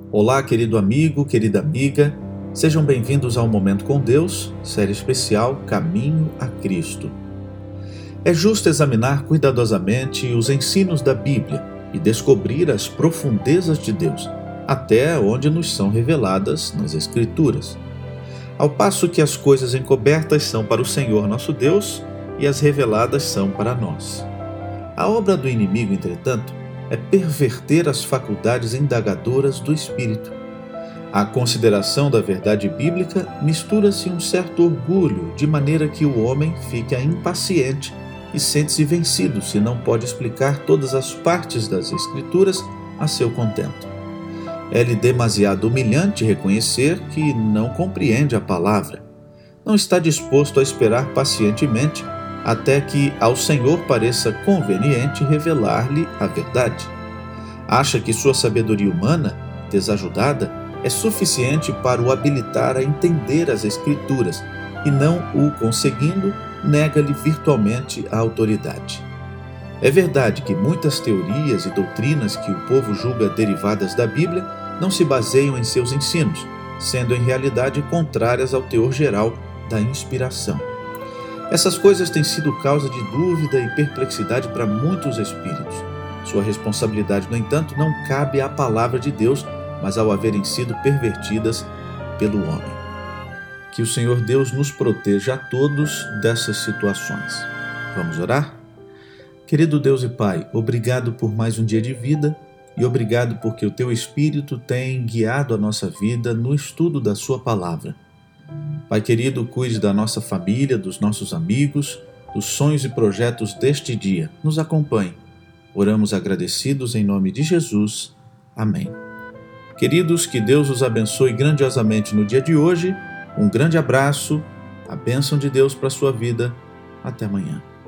Olá, querido amigo, querida amiga, sejam bem-vindos ao Momento com Deus, série especial Caminho a Cristo. É justo examinar cuidadosamente os ensinos da Bíblia e descobrir as profundezas de Deus, até onde nos são reveladas nas Escrituras. Ao passo que as coisas encobertas são para o Senhor nosso Deus e as reveladas são para nós. A obra do inimigo, entretanto, é perverter as faculdades indagadoras do espírito. A consideração da verdade bíblica mistura-se um certo orgulho, de maneira que o homem fica impaciente e sente-se vencido se não pode explicar todas as partes das Escrituras a seu contento. É-lhe demasiado humilhante reconhecer que não compreende a palavra. Não está disposto a esperar pacientemente até que ao Senhor pareça conveniente revelar-lhe a verdade. Acha que sua sabedoria humana, desajudada, é suficiente para o habilitar a entender as Escrituras e, não o conseguindo, nega-lhe virtualmente a autoridade. É verdade que muitas teorias e doutrinas que o povo julga derivadas da Bíblia não se baseiam em seus ensinos, sendo em realidade contrárias ao teor geral da inspiração. Essas coisas têm sido causa de dúvida e perplexidade para muitos espíritos. Sua responsabilidade, no entanto, não cabe à palavra de Deus, mas ao haverem sido pervertidas pelo homem. Que o Senhor Deus nos proteja a todos dessas situações. Vamos orar? Querido Deus e Pai, obrigado por mais um dia de vida e obrigado porque o Teu Espírito tem guiado a nossa vida no estudo da Sua palavra. Pai querido, cuide da nossa família, dos nossos amigos, dos sonhos e projetos deste dia. Nos acompanhe. Oramos agradecidos em nome de Jesus. Amém. Queridos, que Deus os abençoe grandiosamente no dia de hoje. Um grande abraço, a bênção de Deus para a sua vida. Até amanhã.